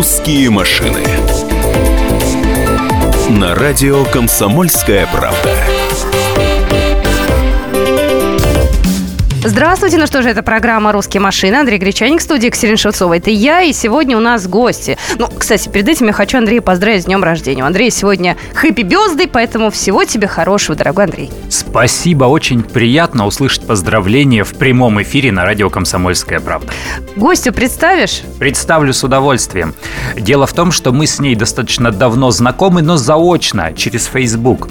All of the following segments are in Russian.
«Русские машины» на радио «Комсомольская правда». Здравствуйте, ну что же, это программа «Русские машины». Андрей Гречаник, в студии Екатерина Шевцова. Это я, и сегодня у нас гости. Кстати, перед этим я хочу Андрея поздравить с днем рождения. У Андрея сегодня хэппи бёрздей, поэтому всего тебе хорошего, дорогой Андрей. Спасибо, очень приятно услышать поздравления в прямом эфире на радио «Комсомольская правда». Гостю представишь? Представлю с удовольствием. Дело в том, что мы с ней достаточно давно знакомы, но заочно, через Facebook.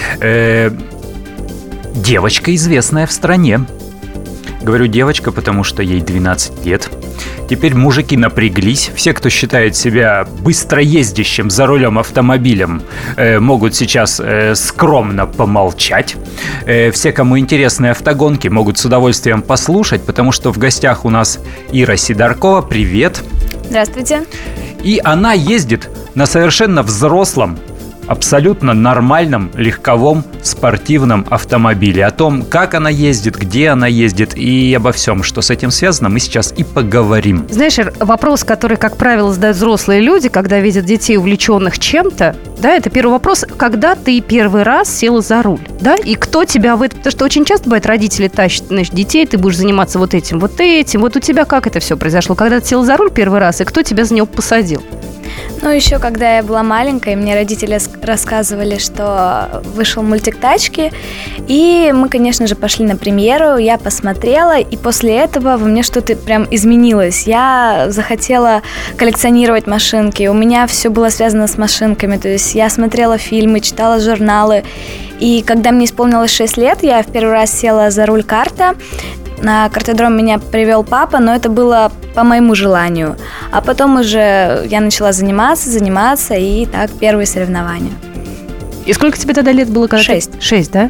Девочка известная в стране. Говорю девочка, потому что ей 12 лет. Теперь мужики напряглись. Все, кто считает себя быстроездящим за рулем автомобилем, могут сейчас скромно помолчать. Все, кому интересны автогонки, могут с удовольствием послушать, потому что в гостях у нас Ира Сидоркова. Привет. Здравствуйте. И она ездит на совершенно взрослом, абсолютно нормальном, легковом, спортивном автомобиле. О том, как она ездит, где она ездит и обо всем, что с этим связано, мы сейчас и поговорим. Знаешь, вопрос, который, как правило, задают взрослые люди, когда видят детей, увлеченных чем-то, да, это первый вопрос: когда ты первый раз села за руль, да, и кто тебя в это... Потому что очень часто бывает, родители тащат, значит, детей, ты будешь заниматься вот этим. Вот у тебя как это все произошло? Когда ты села за руль первый раз, и кто тебя за него посадил? Еще когда я была маленькой, мне родители рассказывали, что вышел мультик «Тачки», и мы, конечно же, пошли на премьеру, я посмотрела, и после этого во мне что-то прям изменилось. Я захотела коллекционировать машинки, у меня все было связано с машинками, то есть я смотрела фильмы, читала журналы, и когда мне исполнилось 6 лет, я в первый раз села за руль карта. На картодром меня привел папа, но это было по моему желанию. А потом уже я начала заниматься, и так первые соревнования. И сколько тебе тогда лет было? 6. 6, да?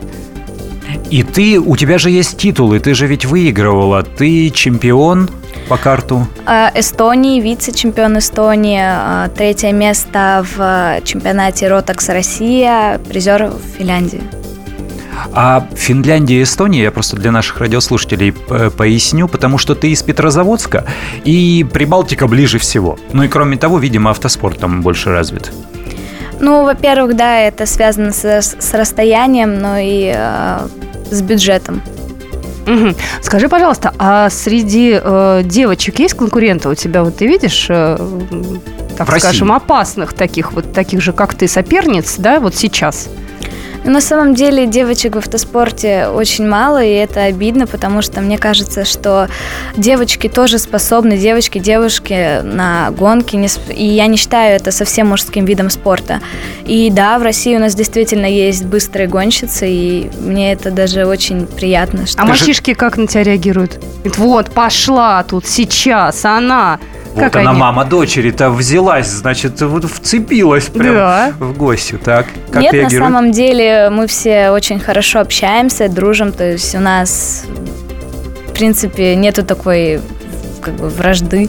И у тебя же есть титулы, ты же ведь выигрывала. Ты чемпион по карту? Эстонии, вице-чемпион Эстонии, 3 место в чемпионате Rotax Россия, призер в Финляндии. А Финляндия и Эстония, я просто для наших радиослушателей поясню, потому что ты из Петрозаводска, и Прибалтика ближе всего. Ну и кроме того, видимо, автоспорт там больше развит. Во-первых, да, это связано с расстоянием, но и с бюджетом. Угу. Скажи, пожалуйста, а среди девочек есть конкуренты у тебя? Вот ты видишь, так скажем, опасных таких же, как ты, соперниц, да, вот сейчас? На самом деле девочек в автоспорте очень мало, и это обидно, потому что мне кажется, что девочки тоже способны, девушки на гонки, и я не считаю это совсем мужским видом спорта. И да, в России у нас действительно есть быстрые гонщицы, и мне это даже очень приятно. А мальчишки как на тебя реагируют? Вот, пошла тут сейчас она... Вот как она, мама дочери-то взялась, значит, вот вцепилась прям в гостью. Так, как Нет, реагирует? На самом деле мы все очень хорошо общаемся, дружим. То есть у нас, в принципе, нету такой вражды.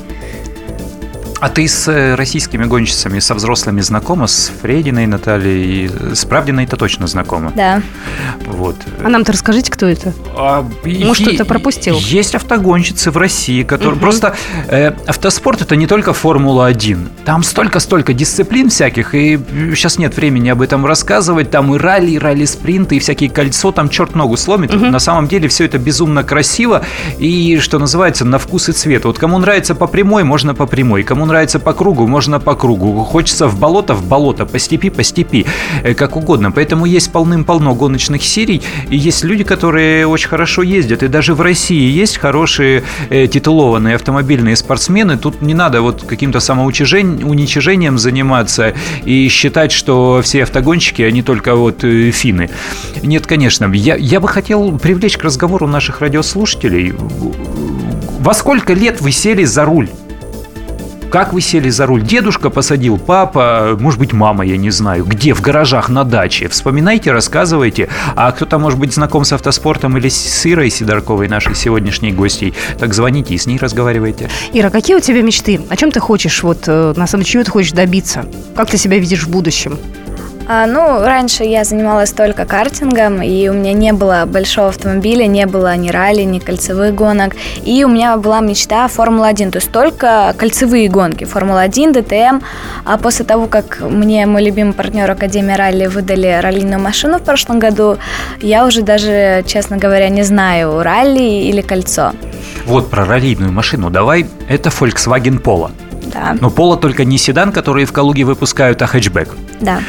А ты с российскими гонщицами, со взрослыми знакома? С Фрединой, Натальей, с Правдиной-то точно знакома? Да. Вот. А нам-то расскажите, кто это? Может, кто-то пропустил? Есть автогонщицы в России, которые... Просто автоспорт — это не только Формула-1. Там столько дисциплин всяких, и сейчас нет времени об этом рассказывать. Там и ралли-спринты, и всякие кольцо, там черт ногу сломит. На самом деле все это безумно красиво и, что называется, на вкус и цвет. Вот кому нравится по прямой, можно по прямой. Кому нравится по кругу, можно по кругу. Хочется в болото, по степи, как угодно. Поэтому есть полным-полно гоночных серий, и есть люди, которые очень хорошо ездят. И даже в России есть хорошие титулованные автомобильные спортсмены. Тут не надо вот каким-то самоуничижением заниматься и считать, что все автогонщики, они только вот финны. Нет, конечно. Я бы хотел привлечь к разговору наших радиослушателей. Во сколько лет вы сели за руль? Как вы сели за руль? Дедушка посадил, папа, может быть, мама, я не знаю. Где? В гаражах, на даче. Вспоминайте, рассказывайте. А кто-то, может быть, знаком с автоспортом или с Ирой Сидорковой, нашей сегодняшней гостьей, так звоните и с ней разговаривайте. Ира, какие у тебя мечты? О чем ты хочешь, на самом деле, чего ты хочешь добиться? Как ты себя видишь в будущем? Раньше я занималась только картингом, и у меня не было большого автомобиля, не было ни ралли, ни кольцевых гонок. И у меня была мечта Формула-1, то есть только кольцевые гонки, Формула-1, ДТМ. А после того, как мне мой любимый партнер Академия ралли выдали раллийную машину в прошлом году, я уже даже, честно говоря, не знаю, ралли или кольцо. Вот про раллийную машину давай. Это Volkswagen Polo. Да. Но Polo только не седан, который в Калуге выпускают, а хэтчбэк. Да.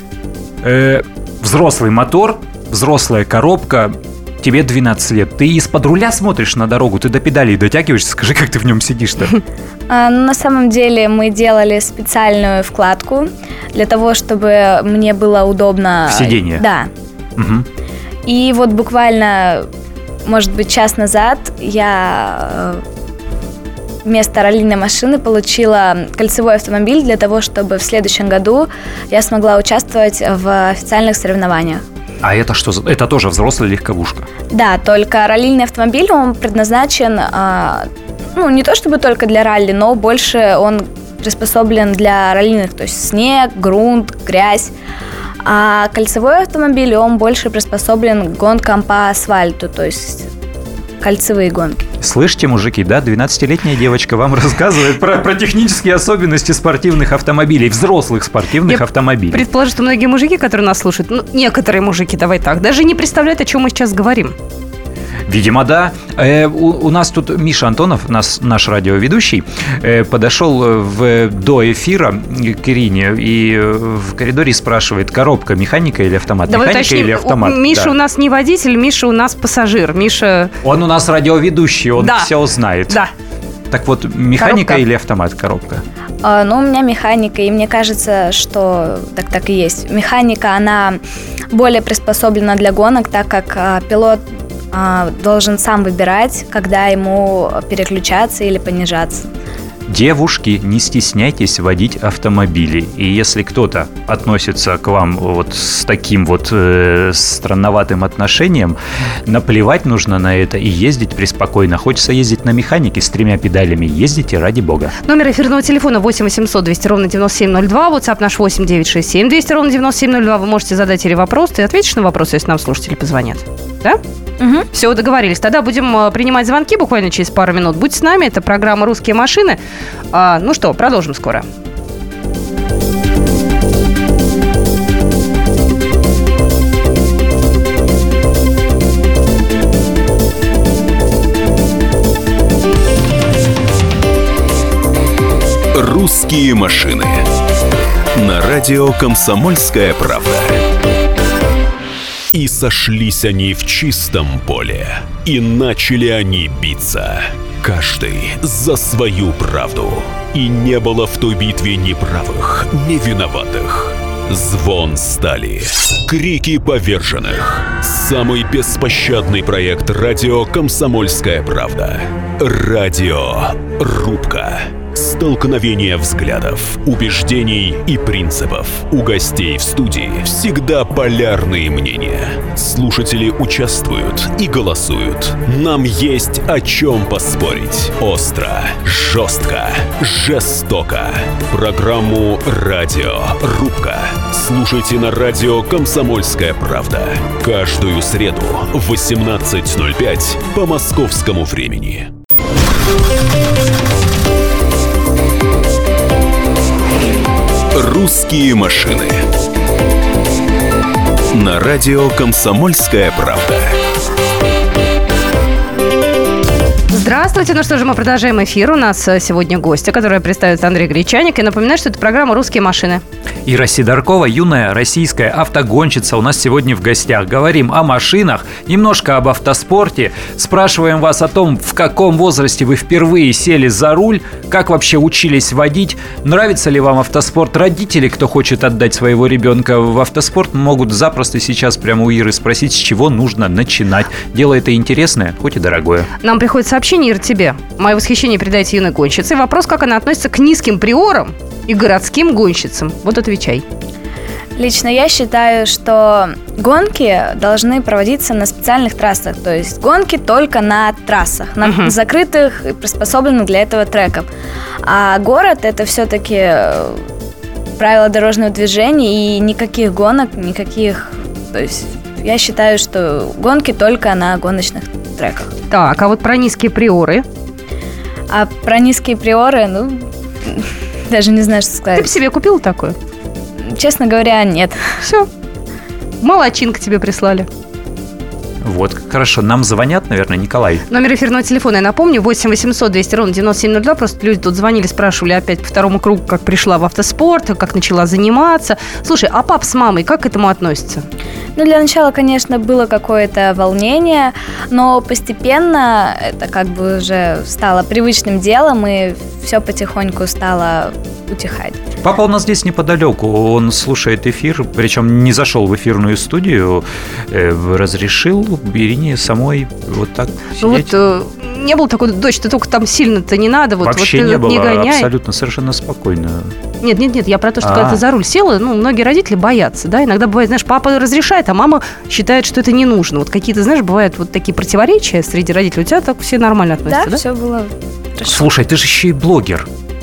Взрослый мотор, взрослая коробка, тебе 12 лет. Ты из-под руля смотришь на дорогу, ты до педалей дотягиваешься. Скажи, как ты в нем сидишь-то? На самом деле мы делали специальную вкладку для того, чтобы мне было удобно. В сиденье? Да. Угу. И вот буквально, может быть, час назад я вместо раллийной машины получила кольцевой автомобиль для того, чтобы в следующем году я смогла участвовать в официальных соревнованиях. А это что? Это тоже взрослая легковушка? Да, только раллийный автомобиль, он предназначен, не то чтобы только для ралли, но больше он приспособлен для раллийных, то есть снег, грунт, грязь. А кольцевой автомобиль, он больше приспособлен к гонкам по асфальту, то есть кольцевые гонки. Слышите, мужики, да, 12-летняя девочка вам рассказывает про технические особенности спортивных автомобилей, взрослых спортивных автомобилей. Предположу, что многие мужики, которые нас слушают, некоторые мужики, давай так, даже не представляют, о чем мы сейчас говорим. Видимо, да. У нас тут Миша Антонов, наш радиоведущий, подошел до эфира к Ирине и в коридоре спрашивает: коробка механика или автомат? Давай механика уточним, или автомат? Миша да. У нас не водитель, Миша у нас пассажир. Миша... Он у нас радиоведущий, он все знает. Да. Так вот, механика коробка. Или автомат коробка? У меня механика, и мне кажется, что так и есть. Механика, она более приспособлена для гонок, так как пилот должен сам выбирать, когда ему переключаться или понижаться. Девушки, не стесняйтесь водить автомобили. И если кто-то относится к вам вот с таким вот странноватым отношением, наплевать нужно на это и ездить преспокойно. Хочется ездить на механике с 3 педалями. Ездите ради бога. Номер эфирного телефона 8 800 200 ровно 9702. WhatsApp наш 8 967 200 ровно 9702. Вы можете задать или вопрос. Ты ответишь на вопрос, если нам слушатели позвонят. Да? Угу. Все, договорились. Тогда будем принимать звонки буквально через пару минут. Будьте с нами, это программа «Русские машины». Ну что, продолжим скоро. «Русские машины» на радио «Комсомольская правда». И сошлись они в чистом поле, и начали они биться, каждый за свою правду. И не было в той битве ни правых, ни виноватых. Звон стали, крики поверженных. Самый беспощадный проект радио «Комсомольская правда». Радиорубка. Столкновение взглядов, убеждений и принципов. У гостей в студии всегда полярные мнения. Слушатели участвуют и голосуют. Нам есть о чем поспорить. Остро, жестко, жестоко. Программу «Радиорубка» слушайте на радио «Комсомольская правда». Каждую среду в 18:05 по московскому времени. «Русские машины» на радио «Комсомольская правда». Здравствуйте. Ну что же, мы продолжаем эфир. У нас сегодня гостья, которая представит Андрей Гречаник. И напоминаю, что это программа «Русские машины». Ира Сидоркова, юная российская автогонщица, у нас сегодня в гостях. Говорим о машинах, немножко об автоспорте. Спрашиваем вас о том, в каком возрасте вы впервые сели за руль, как вообще учились водить, нравится ли вам автоспорт. Родители, кто хочет отдать своего ребенка в автоспорт, могут запросто сейчас прямо у Иры спросить, с чего нужно начинать. Дело это интересное, хоть и дорогое. Нам приходит сообщение, Ира, тебе. Мое восхищение передайте юной гонщице. Вопрос, как она относится к низким приорам и городским гонщицам. Вот отвечай. Лично я считаю, что гонки должны проводиться на специальных трассах. То есть гонки только на трассах, на закрытых и приспособленных для этого треков. А город — это все-таки правила дорожного движения и никаких гонок, никаких... То есть я считаю, что гонки только на гоночных треках. Так, а вот про низкие приоры? А про низкие приоры, даже не знаю, что сказать. Ты бы себе купила такое? Честно говоря, нет. Все. Молодчинка тебе прислали. Вот, хорошо. Нам звонят, наверное, Николай. Номер эфирного телефона, я напомню, 8 800 200 ровно 9702. Просто люди тут звонили, спрашивали опять по второму кругу, как пришла в автоспорт, как начала заниматься. Слушай, а пап с мамой как к этому относятся? Для начала, конечно, было какое-то волнение, но постепенно это как бы уже стало привычным делом, и все потихоньку стало утихать. Папа у нас здесь неподалеку, он слушает эфир, причем не зашел в эфирную студию, разрешил Ирине самой вот так сидеть. Не было такой: дочь, ты только там сильно-то не надо. Вообще вот не было, не гоняй. абсолютно, совершенно спокойно. Нет, я про то, что когда ты за руль села, многие родители боятся, да, иногда бывает, знаешь, папа разрешает, а мама считает, что это не нужно. Вот какие-то, знаешь, бывают вот такие противоречия среди родителей. У тебя так все нормально относятся, да? Да, все было хорошо. Слушай, ты же еще и блогер.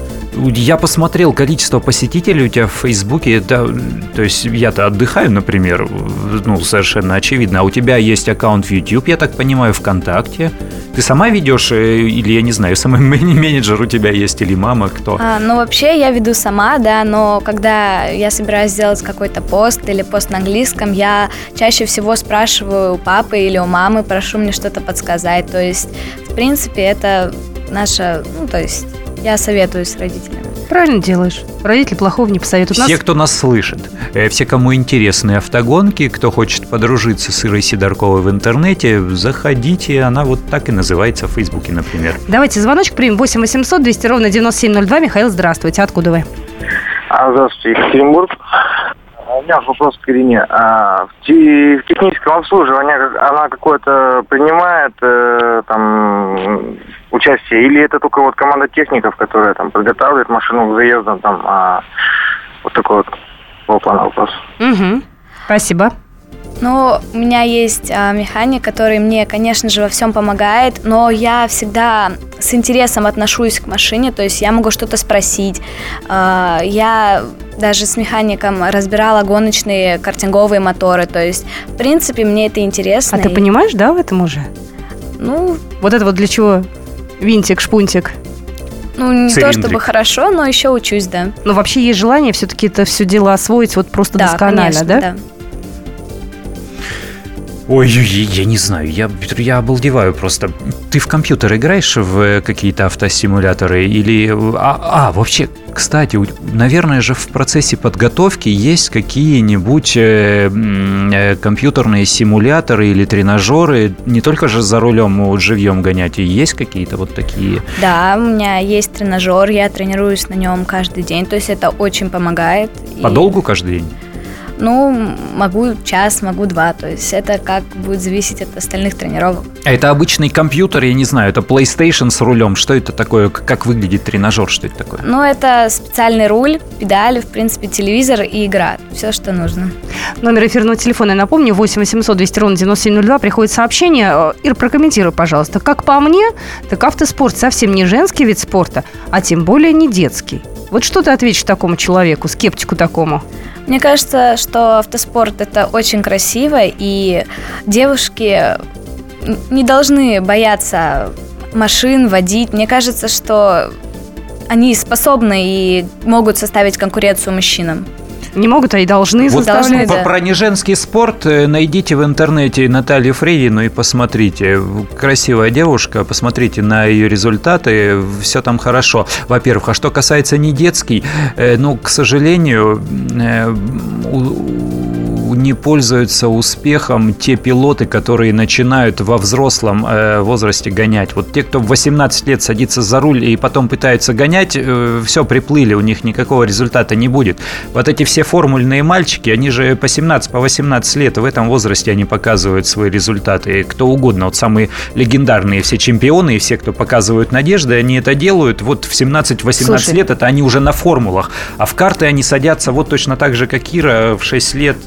Я посмотрел количество посетителей у тебя в Фейсбуке. То есть я-то отдыхаю, например, совершенно очевидно. А у тебя есть аккаунт в YouTube, я так понимаю, ВКонтакте. Ты сама ведешь, или, я не знаю, самый менеджер у тебя есть, или мама, кто? Вообще я веду сама, да, но когда я собираюсь сделать какой-то пост или пост на английском, я чаще всего спрашиваю у папы или у мамы, прошу мне что-то подсказать. То есть, в принципе, это наша, я советуюсь с родителями. Правильно делаешь. Родители плохого не посоветуют. Все, кто нас слышит, все, кому интересны автогонки, кто хочет подружиться с Ирой Сидорковой в интернете, заходите. Она вот так и называется в Фейсбуке, например. Давайте звоночек примем. 8 800 200 ровно 9702. Михаил, здравствуйте. Откуда вы? Здравствуйте, Екатеринбург. У меня вопрос к Ирине. В техническом обслуживании она какое-то принимает участие, или это только команда техников, которая подготавливает машину к заездам, вот такой вот плана вопрос. Угу. Спасибо. У меня есть механик, который мне, конечно же, во всем помогает, но я всегда с интересом отношусь к машине, то есть я могу что-то спросить. Я даже с механиком разбирала гоночные картинговые моторы, то есть, в принципе, мне это интересно. А ты понимаешь, да, в этом уже? Вот это вот для чего винтик, шпунтик? Не то чтобы хорошо, но еще учусь, да. Но вообще есть желание все-таки это все дело освоить просто досконально, конечно, да? Да. Ой, я не знаю, я обалдеваю просто. Ты в компьютер играешь в какие-то автосимуляторы или... вообще, кстати, наверное же в процессе подготовки есть какие-нибудь компьютерные симуляторы или тренажеры, не только же за рулем живьем гонять, и есть какие-то вот такие? Да, у меня есть тренажер, я тренируюсь на нем каждый день, то есть это очень помогает. Подолгу каждый день? Могу час, могу два. То есть это как будет зависеть от остальных тренировок. А это обычный компьютер, я не знаю, это PlayStation с рулем. Что это такое? Как выглядит тренажер? Что это такое? Это специальный руль, педали, в принципе, телевизор и игра. Все, что нужно. Номер эфирного телефона, я напомню, 8 800 200 ровно 9702. Приходит сообщение. Ир, прокомментируй, пожалуйста. Как по мне, так автоспорт совсем не женский вид спорта, а тем более не детский. Вот что ты ответишь такому человеку, скептику такому? Мне кажется, что автоспорт – это очень красиво, и девушки не должны бояться машин, водить. Мне кажется, что они способны и могут составить конкуренцию мужчинам. Не могут, а и должны заставлять. Да. Про неженский спорт найдите в интернете Наталью Фрейдину и посмотрите. Красивая девушка, посмотрите на ее результаты, все там хорошо. Во-первых, а что касается не детский, к сожалению, не пользуются успехом те пилоты, которые начинают во взрослом возрасте гонять. Вот те, кто в 18 лет садится за руль и потом пытаются гонять, все, приплыли, у них никакого результата не будет. Вот эти все формульные мальчики, они же по 17, по 18 лет, в этом возрасте они показывают свои результаты. Кто угодно, вот самые легендарные все чемпионы и все, кто показывают надежды, они это делают вот в 17-18 лет, это они уже на формулах. А в карты они садятся вот точно так же, как Ира, в 6 лет. Это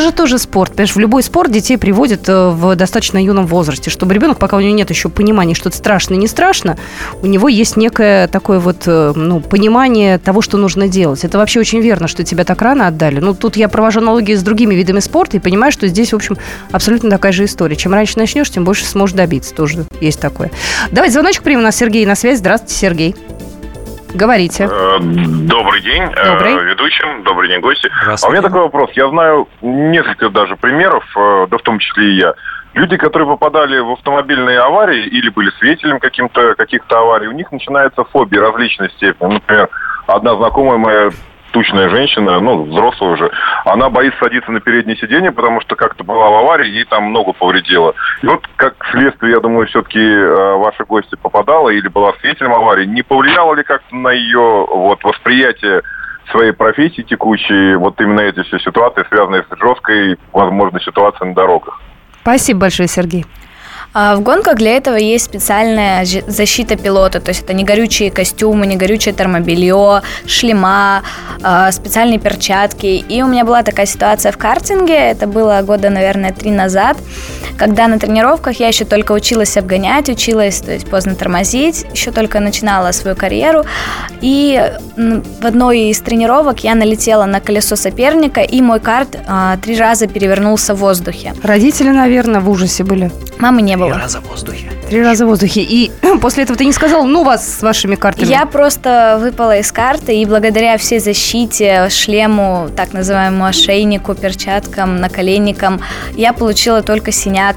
же тоже спорт. Понимаешь, в любой спорт детей приводят в достаточно юном возрасте, чтобы ребенок, пока у него нет еще понимания, что это страшно и не страшно, у него есть некое такое вот, понимание того, что нужно делать. Это вообще очень верно, что тебя так рано отдали. Тут я провожу аналогии с другими видами спорта и понимаю, что здесь, в общем, абсолютно такая же история. Чем раньше начнешь, тем больше сможешь добиться. Тоже есть такое. Давайте звоночек примем. У нас Сергей на связь. Здравствуйте, Сергей. Говорите. Добрый день, ведущим, добрый день, гости. А у меня такой вопрос. Я знаю несколько даже примеров, да в том числе и я. Люди, которые попадали в автомобильные аварии или были свидетелями каких-то аварий, у них начинается фобия различной степени. Например, одна знакомая моя, тучная женщина, взрослая уже, она боится садиться на переднее сиденье, потому что как-то была в аварии, ей там ногу повредила. И вот как следствие, я думаю, все-таки ваша гостья попадала или была свидетелем аварии. Не повлияло ли как-то на ее восприятие своей профессии текущей, вот именно эти все ситуации, связанные с жесткой, возможно, ситуацией на дорогах? Спасибо большое, Сергей. В гонках для этого есть специальная защита пилота, то есть это не горючие костюмы, не горючее термобелье, шлема, специальные перчатки. И у меня была такая ситуация в картинге, это было года, наверное, 3 назад, когда на тренировках я еще только училась обгонять, то есть поздно тормозить, еще только начинала свою карьеру. И в одной из тренировок я налетела на колесо соперника, и мой карт 3 раза перевернулся в воздухе. Родители, наверное, в ужасе были. Мамы не было. 3 раза в воздухе. 3 раза в воздухе. И после этого ты не сказал, вас с вашими картами? Я просто выпала из карты, и благодаря всей защите, шлему, так называемому ошейнику, перчаткам, наколенникам, я получила только синяк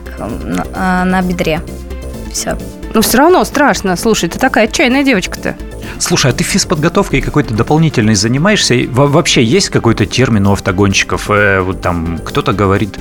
на бедре. Все. Все равно страшно. Слушай, ты такая отчаянная девочка-то. Слушай, а ты физподготовкой какой-то дополнительной занимаешься? Вообще есть какой-то термин у автогонщиков? Вот там кто-то говорит,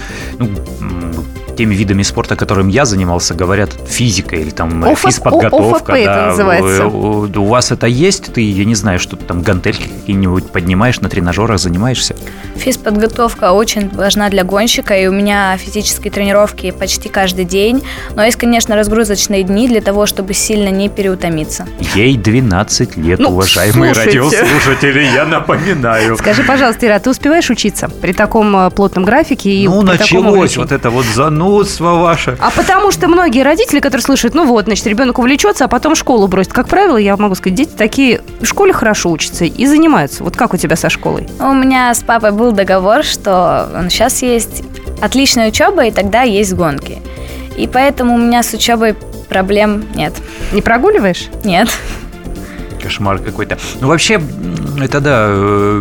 теми видами спорта, которым я занимался, говорят физика или там физподготовка. ОФП это называется. У вас это есть? Ты, я не знаю, что ты там гантельки какие-нибудь поднимаешь, на тренажерах занимаешься? Физподготовка очень важна для гонщика, и у меня физические тренировки почти каждый день. Но есть, конечно, разгрузочные дни для того, чтобы сильно не переутомиться. Ей 12 лет, уважаемые радиослушатели, я напоминаю. Скажи, пожалуйста, Ира, ты успеваешь учиться при таком плотном графике? И началось вот это вот занудство ваше. А потому что многие родители, которые слышат, ребенок увлечется, а потом школу бросит. Как правило, я могу сказать, дети такие в школе хорошо учатся и занимаются. Вот как у тебя со школой? У меня с папой был договор, что сейчас есть отличная учеба, и тогда есть гонки. И поэтому у меня с учебой проблем нет. Не прогуливаешь? Нет. Кошмар какой-то. Вообще, это да...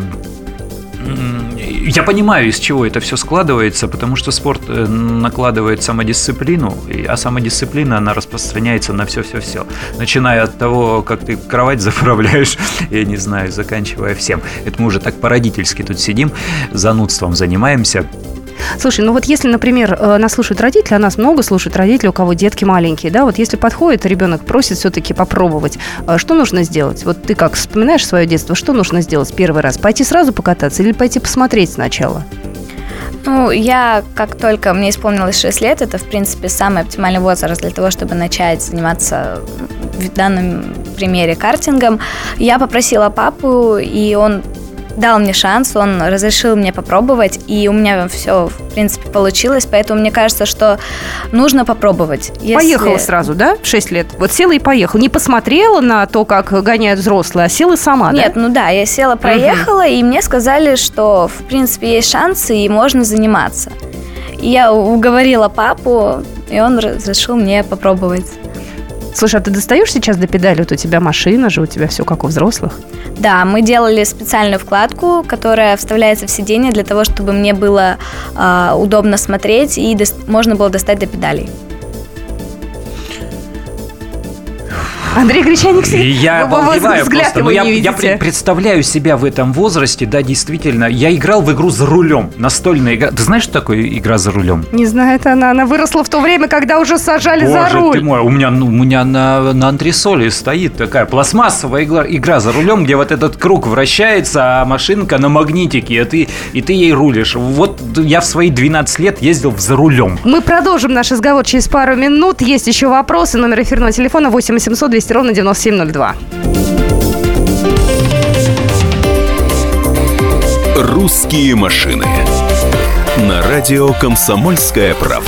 Я понимаю, из чего это все складывается, потому что спорт накладывает самодисциплину, а самодисциплина, она распространяется на все-все-все. Начиная от того, как ты кровать заправляешь, я не знаю, заканчивая всем. Это мы уже так по-родительски тут сидим, занудством занимаемся. Слушай, если, например, нас слушают родители, а нас много слушают родители, у кого детки маленькие, да, вот если подходит ребенок, просит все-таки попробовать, что нужно сделать? Вот ты как вспоминаешь свое детство, что нужно сделать первый раз? Пойти сразу покататься или пойти посмотреть сначала? Я, как только мне исполнилось 6 лет, это, в принципе, самый оптимальный возраст для того, чтобы начать заниматься в данном примере картингом, я попросила папу, и он дал мне шанс, он разрешил мне попробовать, и у меня все, в принципе, получилось, поэтому мне кажется, что нужно попробовать. Поехала сразу, да, в 6 лет? Вот села и поехала. Не посмотрела на то, как гоняют взрослые, а села сама, да? Нет, я села, проехала, и мне сказали, что, в принципе, есть шансы, и можно заниматься. И я уговорила папу, и он разрешил мне попробовать. Слушай, а ты достаешь сейчас до педали? Вот у тебя машина же, у тебя все как у взрослых. Да, мы делали специальную вкладку, которая вставляется в сиденье для того, чтобы мне было удобно смотреть и можно было достать до педалей. Андрей Гречаник, я обалдеваю просто. Я представляю себя в этом возрасте, да, действительно. Я играл в игру «За рулем», настольная игра. Ты знаешь, что такое игра «За рулем»? Не знает она выросла в то время, когда уже сажали за руль. Боже ты мой, у меня на антресоле стоит такая пластмассовая игра «За рулем», где вот этот круг вращается, а машинка на магнитике, и ты ей рулишь. Вот я в свои 12 лет ездил в «За рулем». Мы продолжим наш разговор через пару минут. Есть еще вопросы. Номер эфирного телефона 8 800 200 ровно 9702. «Русские машины» На радио «Комсомольская правда».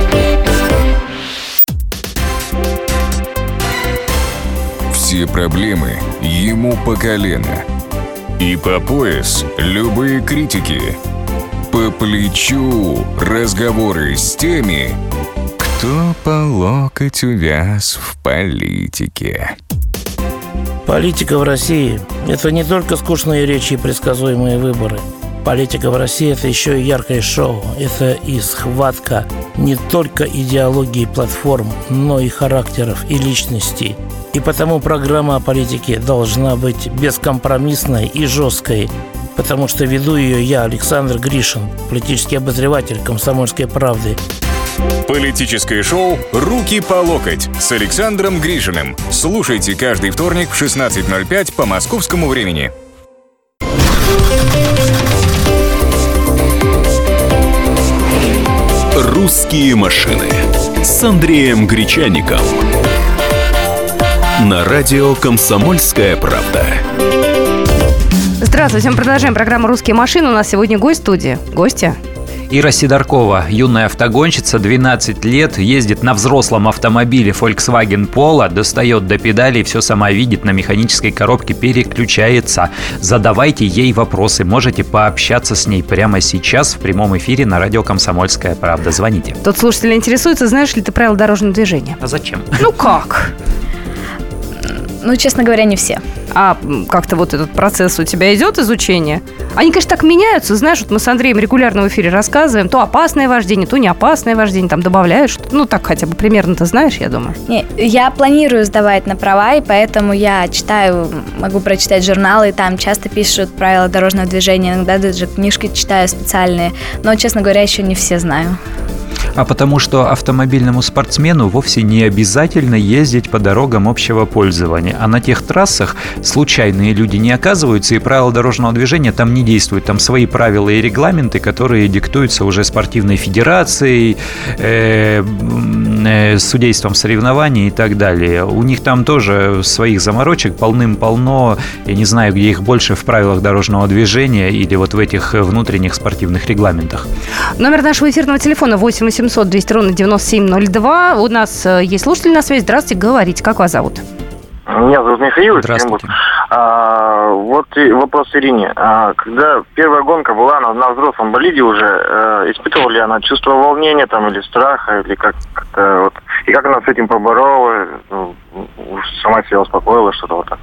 Все проблемы ему по колено. И по пояс любые критики. По плечу разговоры с теми, кто по локоть увяз в политике. Политика в России – это не только скучные речи и предсказуемые выборы. Политика в России – это еще и яркое шоу. Это и схватка не только идеологии платформ, но и характеров и личностей. И потому программа о политике должна быть бескомпромиссной и жесткой, потому что веду ее я, Александр Гришин, политический обозреватель «Комсомольской правды». Политическое шоу «Руки по локоть» с Александром Гришиным. Слушайте каждый вторник в 16:05 по московскому времени. «Русские машины» с Андреем Гречанником. На радио «Комсомольская правда». Здравствуйте, мы продолжаем программу «Русские машины». У нас сегодня гость в студии. Гостья Ира Сидоркова, юная автогонщица, 12 лет, ездит на взрослом автомобиле Volkswagen Polo, достает до педалей, все сама видит, на механической коробке переключается. Задавайте ей вопросы, можете пообщаться с ней прямо сейчас в прямом эфире на радио «Комсомольская правда». Звоните. Тот слушатель интересуется, знаешь ли ты правила дорожного движения? А зачем? Ну как? Ну, честно говоря, не все. А как-то вот этот процесс у тебя идет, изучение? Они, конечно, так меняются. Знаешь, вот мы с Андреем регулярно в эфире рассказываем. То опасное вождение, то неопасное вождение. Там добавляют что-то. Ну, так хотя бы примерно ты знаешь, я думаю. Не, я планирую сдавать на права, и поэтому я читаю, могу прочитать журналы, и там часто пишут правила дорожного движения. Иногда даже книжки читаю специальные. Но, честно говоря, еще не все знаю. А потому что автомобильному спортсмену вовсе не обязательно ездить по дорогам общего пользования. А на тех трассах случайные люди не оказываются, и правила дорожного движения там не действуют. Там свои правила и регламенты, которые диктуются уже спортивной федерацией, судейством соревнований и так далее. У них там тоже своих заморочек полным-полно. Я не знаю, где их больше, в правилах дорожного движения или вот в этих внутренних спортивных регламентах. Номер нашего эфирного телефона 8 800 200 ровно 9702. У нас есть слушатель на связи. Здравствуйте, говорите, как вас зовут? Меня зовут Михаил. Здравствуйте. Вот и вопрос Ирине. Когда первая гонка была на взрослом болиде уже, испытывала ли она чувство волнения там, или страха, или как-то вот, и как она с этим поборола, сама себя успокоила, что-то вот так?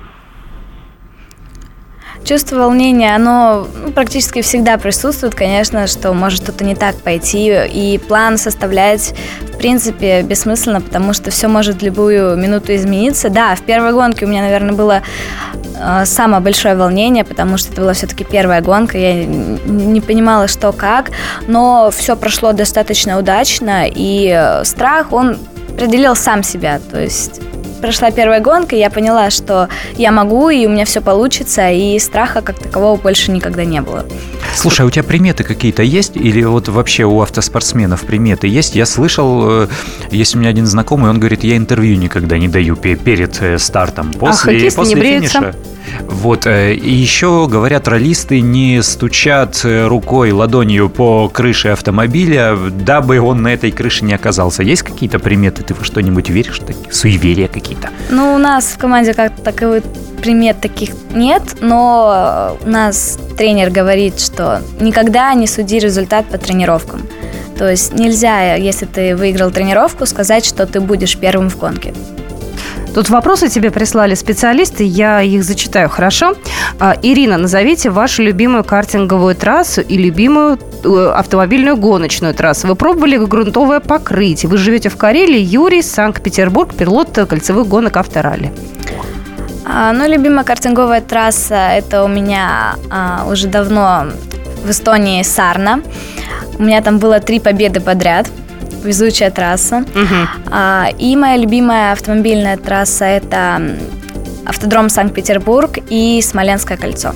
Чувство волнения, оно практически всегда присутствует, конечно, что может что-то не так пойти, и план составлять, в принципе, бессмысленно, потому что все может в любую минуту измениться. Да, в первой гонке у меня, наверное, было самое большое волнение, потому что это была все-таки первая гонка, я не понимала, что как, но все прошло достаточно удачно, и страх, он определил сам себя, то есть... Прошла первая гонка, и я поняла, что я могу, и у меня все получится, и страха как такового больше никогда не было. Слушай, а у тебя приметы какие-то есть? Или вот вообще у автоспортсменов приметы есть? Я слышал, есть у меня один знакомый, он говорит, я интервью никогда не даю перед стартом. После финиша. Вот, и еще, говорят, раллисты не стучат рукой, ладонью по крыше автомобиля, дабы он на этой крыше не оказался. Есть какие-то приметы? Ты во что-нибудь веришь? Суеверия какие-то? Ну, у нас в команде как таковых примет таких нет, но у нас тренер говорит, что никогда не суди результат по тренировкам. То есть нельзя, если ты выиграл тренировку, сказать, что ты будешь первым в гонке. Тут вопросы тебе прислали специалисты, я их зачитаю, хорошо? Ирина, назовите вашу любимую картинговую трассу и любимую автомобильную гоночную трассу. Вы пробовали грунтовое покрытие? Вы живете в Карелии, Юрий, Санкт-Петербург, пилот кольцевых гонок авторалли. Любимая картинговая трасса, это у меня уже давно в Эстонии Сарна. У меня там было 3 победы подряд. Везучая трасса. И моя любимая автомобильная трасса – это автодром Санкт-Петербург и Смоленское кольцо.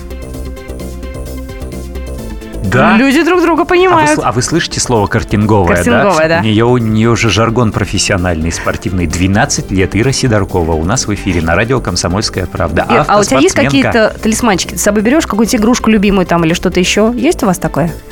Да? Люди друг друга понимают. А вы слышите слово «картинговая», картинговая, да? У нее уже жаргон профессиональный, спортивный. 12 лет, Ира Сидоркова у нас в эфире на радио «Комсомольская правда». А у тебя есть какие-то талисманчики? Ты с собой берешь какую-то игрушку любимую там или что-то еще? Есть у вас такое?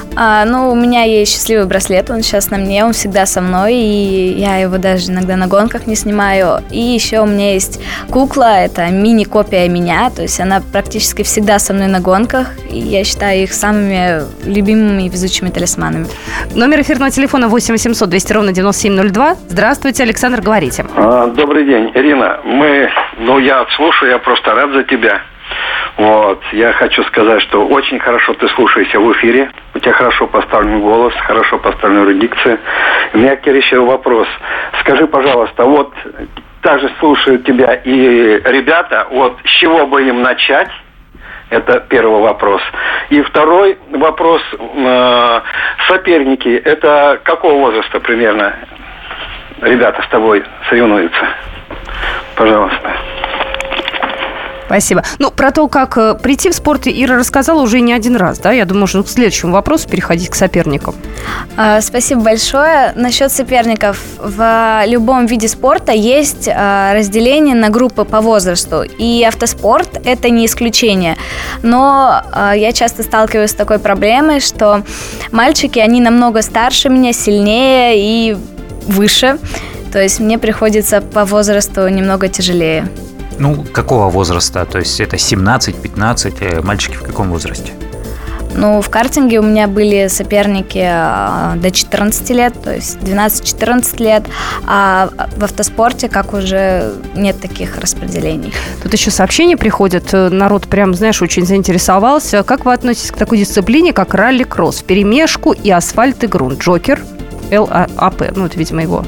У меня есть счастливый браслет, он сейчас на мне, он всегда со мной, и я его даже иногда на гонках не снимаю. И еще у меня есть кукла, это мини-копия меня, то есть она практически всегда со мной на гонках, и я считаю их самыми любимыми и везучими талисманами. Номер эфирного телефона 8 800 200 ровно 9702. Здравствуйте, Александр, говорите. Добрый день, Ирина. Я слушаю, я просто рад за тебя. Я хочу сказать, что очень хорошо ты слушаешься в эфире. У тебя хорошо поставленный голос, хорошо поставленная дикция. У меня к тебе еще вопрос. Скажи, пожалуйста, также слушают тебя и ребята, с чего бы им начать? Это первый вопрос. И второй вопрос. Соперники, это какого возраста примерно ребята с тобой соревнуются? Пожалуйста. Спасибо. Про то, как прийти в спорт, Ира рассказала уже не один раз, да? Я думаю, что к следующему вопросу переходить к соперникам. Спасибо большое. Насчет соперников. В любом виде спорта есть разделение на группы по возрасту. И автоспорт – это не исключение. Но я часто сталкиваюсь с такой проблемой, что мальчики, они намного старше меня, сильнее и выше. То есть мне приходится по возрасту немного тяжелее. Какого возраста? То есть это 17-15, мальчики в каком возрасте? В картинге у меня были соперники до 14 лет, то есть 12-14 лет, а в автоспорте как уже нет таких распределений. Тут еще сообщения приходят, народ прям, очень заинтересовался. Как вы относитесь к такой дисциплине, как ралли-кросс, вперемешку и асфальт и грунт? Джокер, ЛАП, это, видимо, его...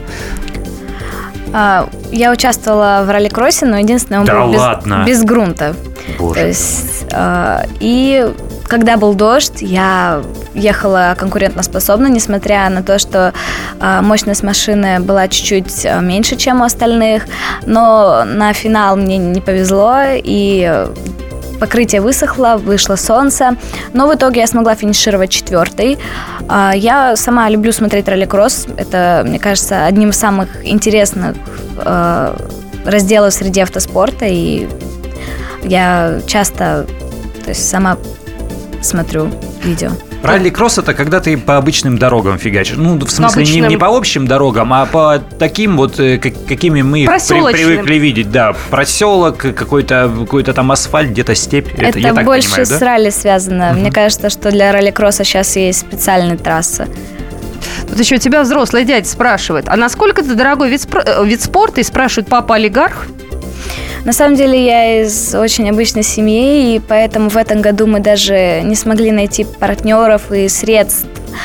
Я участвовала в ралли-кроссе, но единственное, он был без грунта. Боже. То есть, и когда был дождь, я ехала конкурентоспособно, несмотря на то, что мощность машины была чуть-чуть меньше, чем у остальных. Но на финал мне не повезло, и покрытие высохло, вышло солнце, но в итоге я смогла финишировать 4-й. Я сама люблю смотреть ралли-кросс, это, мне кажется, одним из самых интересных разделов среди автоспорта, и я часто сама смотрю видео. Ралли-кросс – это когда ты по обычным дорогам фигачишь. В смысле, не по общим дорогам, а по таким какими мы их привыкли видеть. Да, проселок, какой-то там асфальт, где-то степь. Это я так больше понимаю, с ралли связано. Мне кажется, что для ралли-кросса сейчас есть специальные трассы. Тут еще тебя взрослый дядя спрашивает, а насколько это дорогой вид спорта? И спрашивает папа олигарх. На самом деле я из очень обычной семьи, и поэтому в этом году мы даже не смогли найти партнеров и средств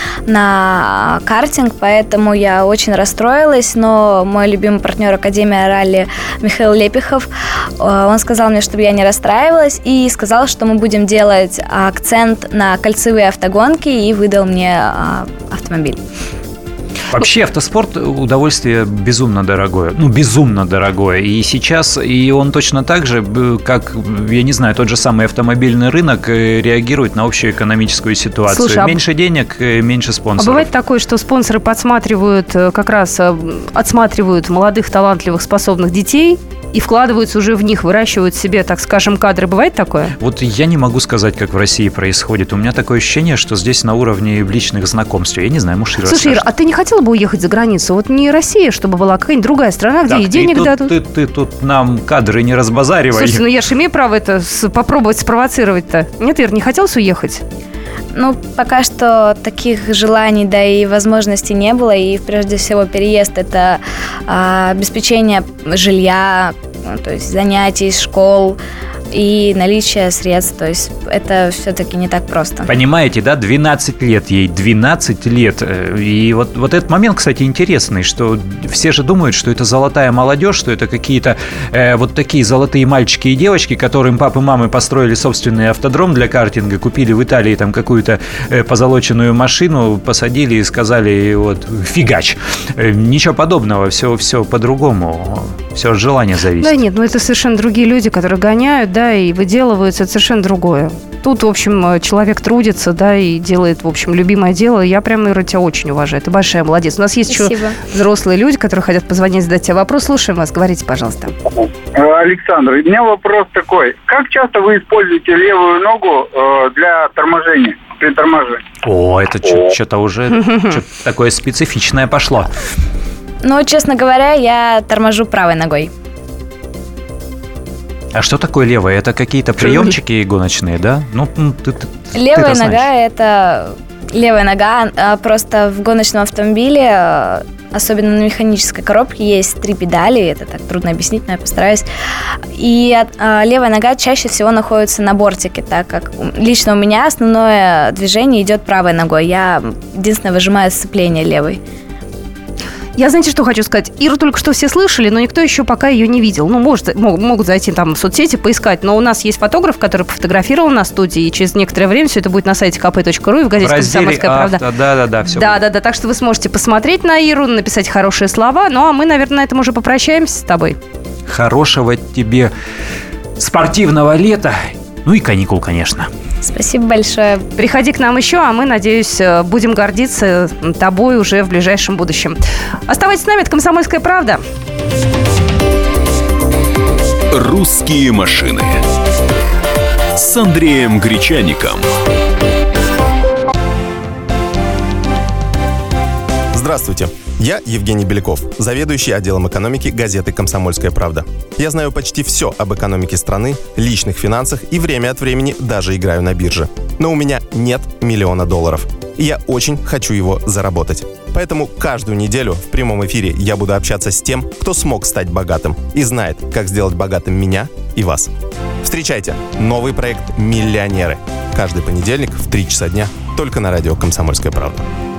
на картинг, поэтому я очень расстроилась, но мой любимый партнер Академия ралли Михаил Лепихов, он сказал мне, чтобы я не расстраивалась, и сказал, что мы будем делать акцент на кольцевые автогонки, и выдал мне автомобиль. Вообще автоспорт удовольствие безумно дорогое. Безумно дорогое. И сейчас, и он точно так же, как, я не знаю, тот же самый автомобильный рынок реагирует на общую экономическую ситуацию. Слушай, меньше денег, меньше спонсоров. А бывает такое, что спонсоры подсматривают, как раз отсматривают молодых, талантливых, способных детей и вкладываются уже в них, выращивают себе, так скажем, кадры. Бывает такое? Я не могу сказать, как в России происходит. У меня такое ощущение, что здесь на уровне личных знакомств. Я не знаю, может, Ира. Слушай, Ира, а ты не хотела бы уехать за границу? Не Россия, чтобы была какая-нибудь другая страна, где и денег дадут? Ты тут нам кадры не разбазаривай. Слушай, я же имею право это попробовать спровоцировать-то. Нет, Ир, не хотелось уехать? Пока что таких желаний, да и возможностей не было. И прежде всего переезд – это обеспечение жилья, то есть занятий, школ и наличие средств. То есть это все-таки не так просто. Понимаете, да? 12 лет ей, 12 лет. И вот этот момент, кстати, интересный, что все же думают, что это золотая молодежь, что это какие-то вот такие золотые мальчики и девочки, которым папы и мамы построили собственный автодром для картинга, купили в Италии там какую-то позолоченную машину, посадили и сказали фигач. Ничего подобного, все по-другому. Все от желания зависит. Да нет, это совершенно другие люди, которые гоняют, да, и выделываются, это совершенно другое. Тут, в общем, человек трудится, да, и делает, в общем, любимое дело. Я прям, Ира, тебя очень уважаю. Ты большая молодец. У нас есть еще взрослые люди, которые хотят позвонить, задать тебе вопрос. Слушаем вас. Говорите, пожалуйста. Александр, у меня вопрос такой. Как часто вы используете левую ногу для торможения? при торможении. О, это что-то уже такое специфичное пошло. Ну, честно говоря, я торможу правой ногой. А что такое левая? Это какие-то приемчики гоночные, да? Ну, левая нога – это левая нога. Просто в гоночном автомобиле, особенно на механической коробке, есть 3 педали. Это так трудно объяснить, но я постараюсь. И левая нога чаще всего находится на бортике, так как лично у меня основное движение идет правой ногой. Я единственное выжимаю сцепление левой. Я, знаете, что хочу сказать? Иру только что все слышали, но никто еще пока ее не видел. Ну, могут зайти там в соцсети, поискать. Но у нас есть фотограф, который пофотографировал на студии, и через некоторое время все это будет на сайте kp.ru и в газете «Комсомольская правда». Да, все. Да. Так что вы сможете посмотреть на Иру, написать хорошие слова. Ну, а мы, наверное, на этом уже попрощаемся с тобой. Хорошего тебе спортивного лета. Ну и каникул, конечно. Спасибо большое. Приходи к нам еще, а мы, надеюсь, будем гордиться тобой уже в ближайшем будущем. Оставайтесь с нами, это «Комсомольская правда». «Русские машины» с Андреем Гречаником. Здравствуйте. Я Евгений Беляков, заведующий отделом экономики газеты «Комсомольская правда». Я знаю почти все об экономике страны, личных финансах и время от времени даже играю на бирже. Но у меня нет $1 миллиона. И я очень хочу его заработать. Поэтому каждую неделю в прямом эфире я буду общаться с тем, кто смог стать богатым и знает, как сделать богатым меня и вас. Встречайте новый проект «Миллионеры». Каждый понедельник в 3 часа дня только на радио «Комсомольская правда».